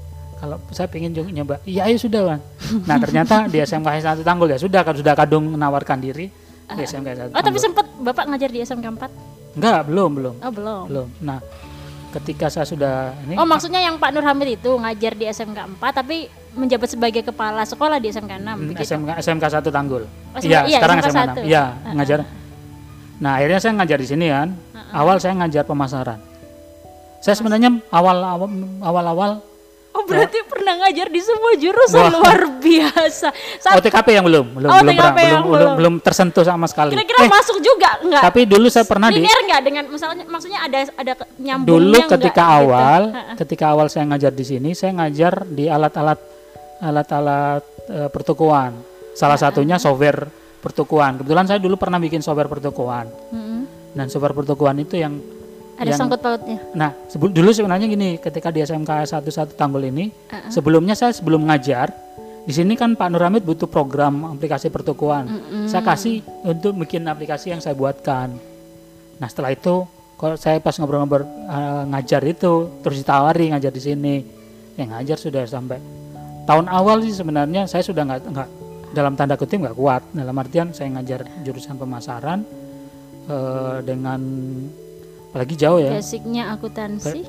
S2: kalau saya pengen juga nyoba. Iya ayo sudah Bang. Nah ternyata di SMK 1 Tanggul ya sudah kadung menawarkan diri di SMK 1 Tanggul.
S1: Tapi sempat Bapak ngajar di SMK 4?
S2: Enggak, belum.
S1: Oh belum.
S2: Nah ketika saya sudah ini.
S1: Oh maksudnya yang Pak Nur Hamid itu ngajar di SMK 4 tapi menjabat sebagai kepala sekolah di SMK 6 begitu?
S2: SMK 1 Tanggul.
S1: Iya,
S2: sekarang
S1: SMK
S2: SMK 6. Iya, ngajar. Nah, akhirnya saya ngajar di sini kan. Awal saya ngajar pemasaran. Saya sebenarnya awal-awal
S1: Oh berarti pernah ngajar di semua jurusan. Luar biasa.
S2: OTKP yang belum tersentuh sama sekali.
S1: Kira-kira masuk juga enggak?
S2: Tapi dulu saya pernah
S1: linear enggak dengan maksudnya ada nyambungnya
S2: dulu ketika
S1: gitu.
S2: awal saya ngajar di sini, saya ngajar di alat-alat pertukuan. Salah satunya software pertukuan. Kebetulan saya dulu pernah bikin software pertukuan. Dan software pertukuan itu yang
S1: ada sangkut pautnya.
S2: Nah, dulu sebenarnya gini, ketika di SMK 1 Tanggul ini, sebelum ngajar, di sini kan Pak Nur Hamid butuh program aplikasi pertukuan. Saya kasih untuk bikin aplikasi yang saya buatkan. Nah, setelah itu kalau saya pas ngobrol-ngobrol ngajar itu, terus ditawari ngajar di sini. Yang ngajar sudah sampai tahun awal sih sebenarnya saya sudah nggak dalam tanda kutip nggak kuat. Dalam artian saya ngajar jurusan pemasaran dengan apalagi jauh ya.
S1: Basicnya akuntansi.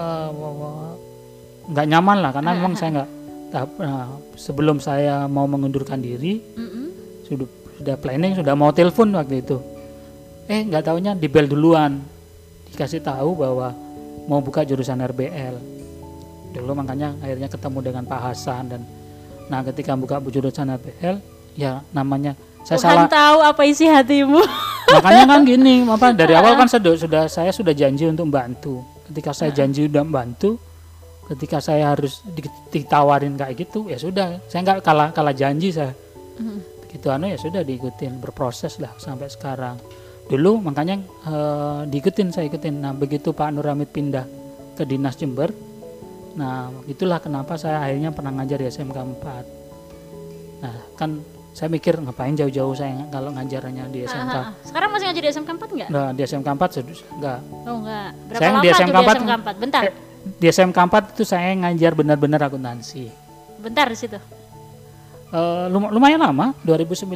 S2: Nggak nyaman lah karena memang saya nggak. Sebelum saya mau mengundurkan diri, sudah planning, sudah mau telepon waktu itu. Nggak taunya di bel duluan, dikasih tahu bahwa mau buka jurusan RBL. Dulu makanya akhirnya ketemu dengan Pak Hasan dan nah ketika buka jurusan RBL, ya namanya saya
S1: Tuhan tahu apa isi hatimu.
S2: Makanya kan gini, dari awal kan saya sudah janji untuk membantu. Ketika saya janji udah membantu, ketika saya harus ditawarin kayak gitu, ya sudah, saya nggak kalah janji saya. Begitu ya sudah diikutin, berproses lah sampai sekarang. Dulu makanya saya ikutin. Nah begitu Pak Nur Hamid pindah ke Dinas Jember, nah itulah kenapa saya akhirnya pernah ngajar di SMK 4. Nah kan saya mikir ngapain jauh-jauh saya kalau ngajarnya di SMK.
S1: Sekarang masih ngajar di SMK 4 enggak?
S2: Nah, di SMK 4 enggak.
S1: Oh enggak. Berapa
S2: saya
S1: lama
S2: di SMK 4,
S1: di SMK 4? Bentar.
S2: Di SMK 4 itu saya ngajar benar-benar akuntansi.
S1: Bentar di situ.
S2: Lumayan lama, 2009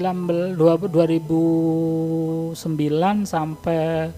S2: sampai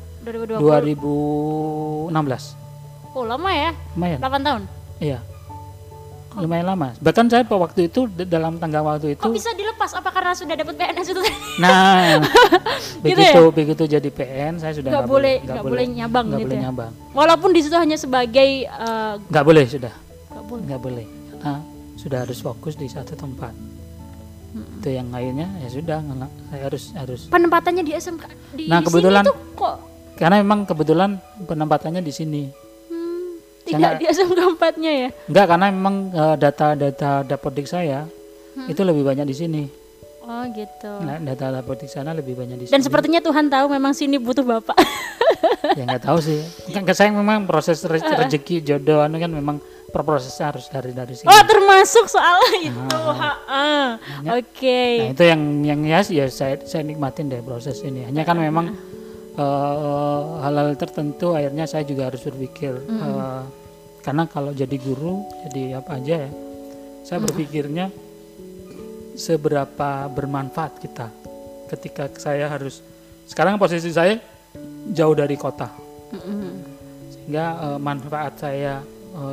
S2: 2016.
S1: Oh, lama ya?
S2: Lumayan.
S1: 8 tahun.
S2: Iya. Lumayan lama. Bahkan saya waktu itu dalam tangga waktu itu.
S1: Kok bisa dilepas? Apa karena sudah dapat PNS itu?
S2: Nah,
S1: gitu
S2: begitu jadi PN saya sudah
S1: nggak boleh nyabang gitu ya.
S2: Nyabang.
S1: Walaupun di situ hanya sebagai
S2: nggak boleh sudah.
S1: Nggak boleh.
S2: Karena sudah harus fokus di satu tempat. Itu yang lainnya ya sudah saya harus.
S1: Penempatannya di SMK di
S2: kebetulan
S1: sini tuh kok?
S2: Karena memang kebetulan penempatannya di sini.
S1: Tidak di SMK 4-nya ya?
S2: Enggak, karena memang data dapodik saya itu lebih banyak di sini.
S1: Oh gitu.
S2: Nah, data dapodik sana lebih banyak di sini.
S1: Dan sepertinya Tuhan tahu memang sini butuh Bapak.
S2: Ya nggak tahu sih. Kan saya memang proses rezeki jodoh kan memang prosesnya harus dari sini.
S1: Oh termasuk soal itu. Oke.
S2: Nah itu yang ya saya nikmatin deh proses ini. Hanya kan memang hal-hal tertentu akhirnya saya juga harus berpikir karena kalau jadi guru jadi apa aja ya saya berpikirnya seberapa bermanfaat kita ketika saya harus sekarang posisi saya jauh dari kota sehingga manfaat saya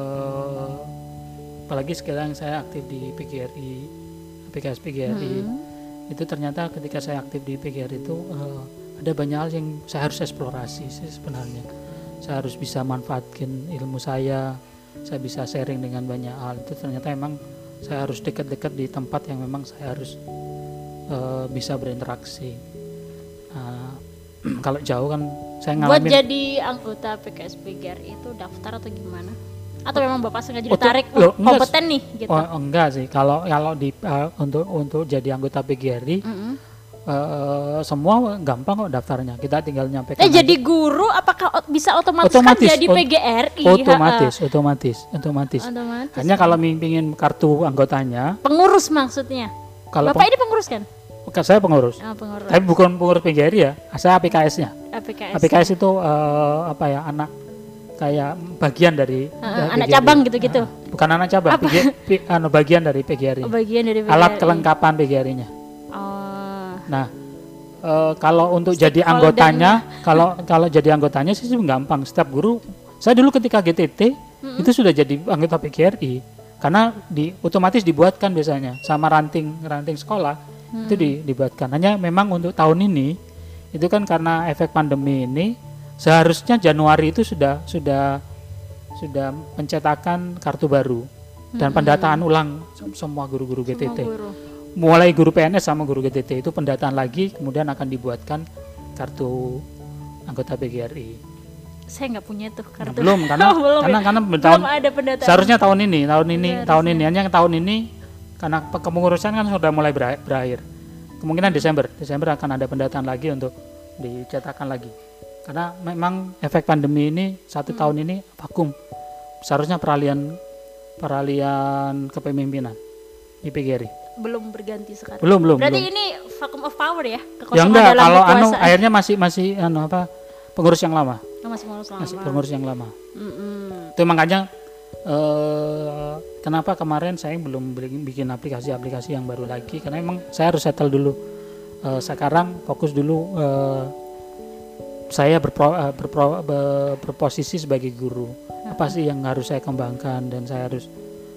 S2: apalagi sekarang saya aktif di PGRI PKS PGRI itu ternyata ketika saya aktif di PGRI itu ada banyak hal yang saya harus eksplorasi sih sebenarnya. Saya harus bisa manfaatkan ilmu saya bisa sharing dengan banyak hal. Itu ternyata memang saya harus dekat-dekat di tempat yang memang saya harus bisa berinteraksi. Kalau jauh kan saya ngalamin. Buat
S1: jadi anggota PKS PGRI itu daftar atau gimana? Atau memang Bapak sengaja ditarik kompeten nih gitu?
S2: Oh, enggak sih. Kalau di untuk jadi anggota PGRI semua gampang kok daftarnya. Kita tinggal nyampaikan.
S1: Jadi guru apakah bisa otomatis kan jadi PGRI?
S2: Otomatis. Hanya kalau pingin kartu anggotanya.
S1: Pengurus maksudnya. Kalau Bapak ini pengurus kan?
S2: Saya pengurus.
S1: Pengurus.
S2: Tapi bukan pengurus PGRI ya. Saya APKS-nya.
S1: APKS.
S2: APKS itu anak kayak bagian dari
S1: anak
S2: PGRI.
S1: cabang gitu-gitu.
S2: Bukan anak cabang, bagian dari PGRI.
S1: Bagian dari PGRI.
S2: Alat kelengkapan PGRI-nya.
S1: Oh.
S2: Nah, kalau untuk jadi anggotanya, kalau jadi anggotanya sih gampang. Setiap guru, saya dulu ketika GTT itu sudah jadi anggota PGRI, karena otomatis dibuatkan biasanya sama ranting sekolah itu dibuatkan. Hanya memang untuk tahun ini itu kan karena efek pandemi ini seharusnya Januari itu sudah pencetakan kartu baru dan pendataan ulang semua guru-guru GTT. Mulai guru PNS sama guru GTT itu pendataan lagi, kemudian akan dibuatkan kartu anggota PGRI.
S1: Saya nggak punya tuh kartu.
S2: Belum karena
S1: belum ada pendataan.
S2: Seharusnya tahun ini hanya tahun ini karena kepengurusan kan sudah mulai berakhir. Kemungkinan Desember akan ada pendataan lagi untuk dicetakkan lagi. Karena memang efek pandemi ini 1 tahun ini vakum. Seharusnya peralihan kepemimpinan di PGRI.
S1: Belum berganti sekarang.
S2: Belum.
S1: Berarti ini vacuum of power ya?
S2: Ya enggak, kalau akhirnya masih pengurus yang lama. Masih pengurus yang lama. Itu makanya kenapa kemarin saya belum bikin aplikasi yang baru lagi, karena memang saya harus settle dulu. Sekarang fokus dulu. Saya berposisi sebagai guru. Apa sih yang harus saya kembangkan dan saya harus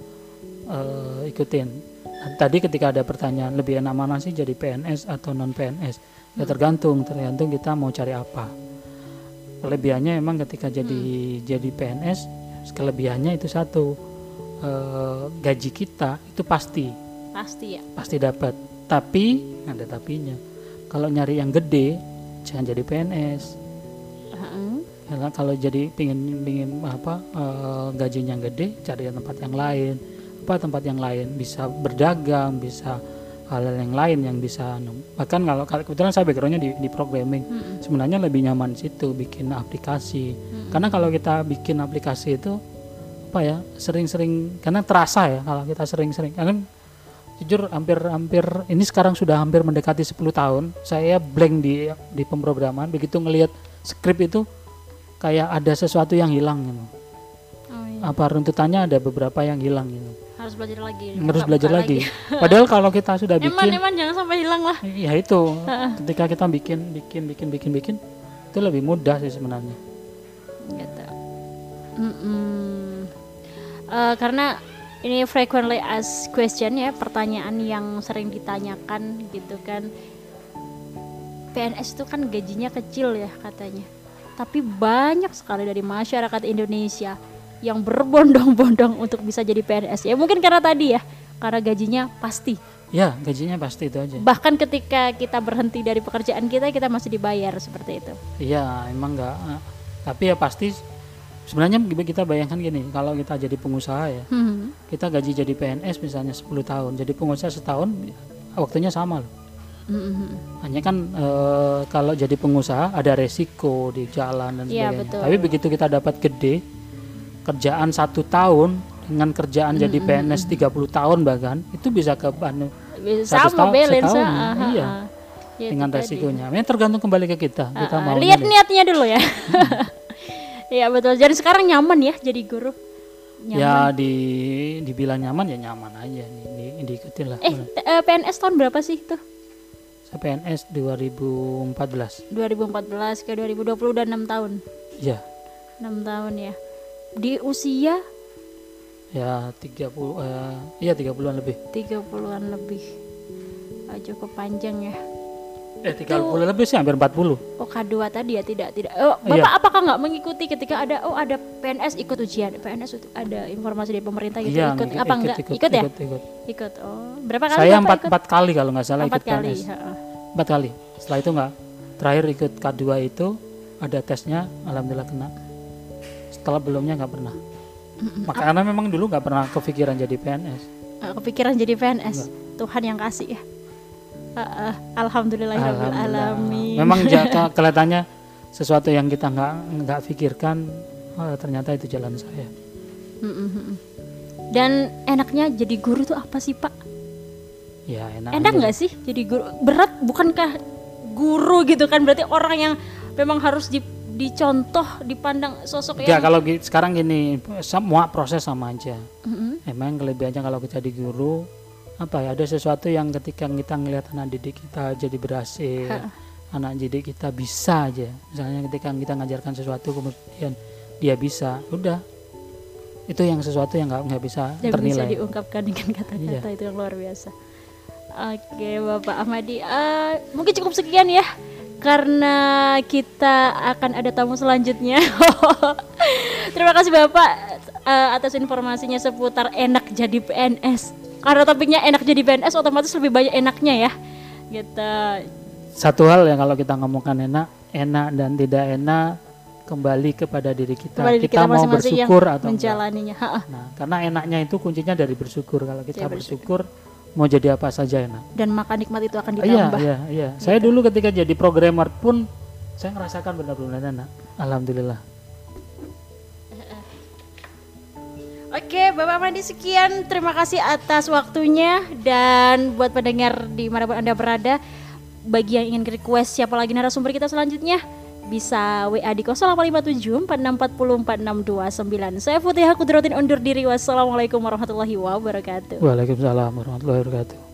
S2: ikutin. Tadi ketika ada pertanyaan lebih enak mana sih jadi PNS atau non PNS, ya tergantung kita mau cari apa. Kelebihannya emang ketika jadi PNS, kelebihannya itu satu, gaji kita itu pasti dapat. Tapi ada tapinya, kalau nyari yang gede jangan jadi PNS. Karena kalau jadi pingin gajinya gede, cari tempat yang lain. Tempat yang lain bisa berdagang, bisa hal yang lain yang bisa bahkan kalau kebetulan saya backgroundnya di programming, sebenarnya lebih nyaman situ bikin aplikasi. Karena kalau kita bikin aplikasi itu sering-sering, karena terasa ya kalau kita sering-sering, karena jujur hampir ini sekarang sudah hampir mendekati 10 tahun saya blank di pemrograman. Begitu ngelihat skrip itu kayak ada sesuatu yang hilang gitu. Runtutannya ada beberapa yang hilang gitu. Harus belajar lagi. Padahal kalau kita sudah bikin,
S1: Eman jangan sampai hilang lah.
S2: Ya itu, ketika kita bikin itu lebih mudah sih sebenarnya.
S1: Gitu. Karena ini frequently asked question ya, pertanyaan yang sering ditanyakan gitu kan. PNS itu kan gajinya kecil ya katanya. Tapi banyak sekali dari masyarakat Indonesia yang berbondong-bondong untuk bisa jadi PNS. Ya mungkin karena tadi ya, karena gajinya pasti.
S2: Ya, gajinya pasti itu aja.
S1: Bahkan ketika kita berhenti dari pekerjaan kita masih dibayar seperti itu.
S2: Iya, emang enggak. Tapi ya pasti sebenarnya kita bayangkan gini, kalau kita jadi pengusaha ya, kita gaji jadi PNS misalnya 10 tahun, jadi pengusaha setahun, waktunya sama loh. Hanya kan kalau jadi pengusaha ada resiko di jalan dan sebagainya. Tapi begitu kita dapat gede, kerjaan 1 tahun dengan kerjaan jadi PNS 30 tahun bahkan itu bisa ke setahun. Iya. Dengan resikonya. Ini tergantung kembali ke kita. Kita mau
S1: lihat niatnya dulu ya. Iya betul. Jadi sekarang nyaman ya jadi guru. Nyaman.
S2: Ya dibilang nyaman ya nyaman aja. Diikutin lah.
S1: PNS tahun berapa sih itu?
S2: Saya PNS 2014
S1: ke 2020 udah 6 tahun.
S2: Iya.
S1: 6 tahun ya. Di usia
S2: ya 30-an lebih.
S1: 30-an lebih. Cukup panjang ya.
S2: 30 lebih sih, hampir 40.
S1: Oh, K2 tadi ya, tidak. Bapak apakah nggak mengikuti ketika ada PNS ikut ujian, PNS ada informasi dari pemerintah gitu, ikut apa enggak? Ikut. Oh, berapa kali?
S2: Saya 4 kali kalau nggak salah
S1: 4
S2: ikut
S1: kali.
S2: PNS. 4 kali. Setelah itu nggak. Terakhir ikut K2 itu ada tesnya, alhamdulillah kena. Setelah belumnya nggak pernah. Karena memang dulu nggak pernah kepikiran jadi PNS.
S1: Kepikiran jadi PNS. Enggak. Tuhan yang kasih ya. Alhamdulillahirrahmanirrahim.
S2: Memang kelihatannya sesuatu yang kita nggak pikirkan, ternyata itu jalan saya.
S1: Dan enaknya jadi guru tuh apa sih Pak?
S2: Ya
S1: enak nggak sih jadi guru? Berat bukankah guru gitu kan? Berarti orang yang memang harus dicontoh, dipandang sosok
S2: Ya
S1: yang
S2: kalau sekarang gini, semua proses sama aja. Emang kelebihannya kalau kita di guru apa ya, ada sesuatu yang ketika kita ngelihat anak didik kita jadi berhasil, anak didik kita bisa aja. Misalnya ketika kita ngajarkan sesuatu kemudian dia bisa, udah itu yang sesuatu yang nggak bisa
S1: yang bisa
S2: ternilai.
S1: diungkapkan dengan kata-kata itu yang luar biasa. Oke Bapak Ahmadi, mungkin cukup sekian ya, karena kita akan ada tamu selanjutnya. Terima kasih Bapak atas informasinya seputar enak jadi PNS. Karena topiknya enak jadi PNS, otomatis lebih banyak enaknya ya. Gitu.
S2: Satu hal yang kalau kita ngomongkan enak dan tidak enak kembali kepada diri kita. Kita mau bersyukur atau
S1: menjalaninya.
S2: Nah, karena enaknya itu kuncinya dari bersyukur. Kalau kita bersyukur, mau jadi apa saja enak.
S1: Dan makan nikmat itu akan ditambah.
S2: Iya. Gitu. Saya dulu ketika jadi programmer pun saya merasakan benar-benar enak. Alhamdulillah.
S1: Oke, Bapak Ahmadi sekian. Terima kasih atas waktunya, dan buat pendengar dimanapun Anda berada, bagi yang ingin request siapa lagi narasumber kita selanjutnya, bisa WA di 0857 4640 4629. Saya Futihah Kudrotin undur diri. Wassalamualaikum warahmatullahi wabarakatuh.
S2: Waalaikumsalam warahmatullahi wabarakatuh.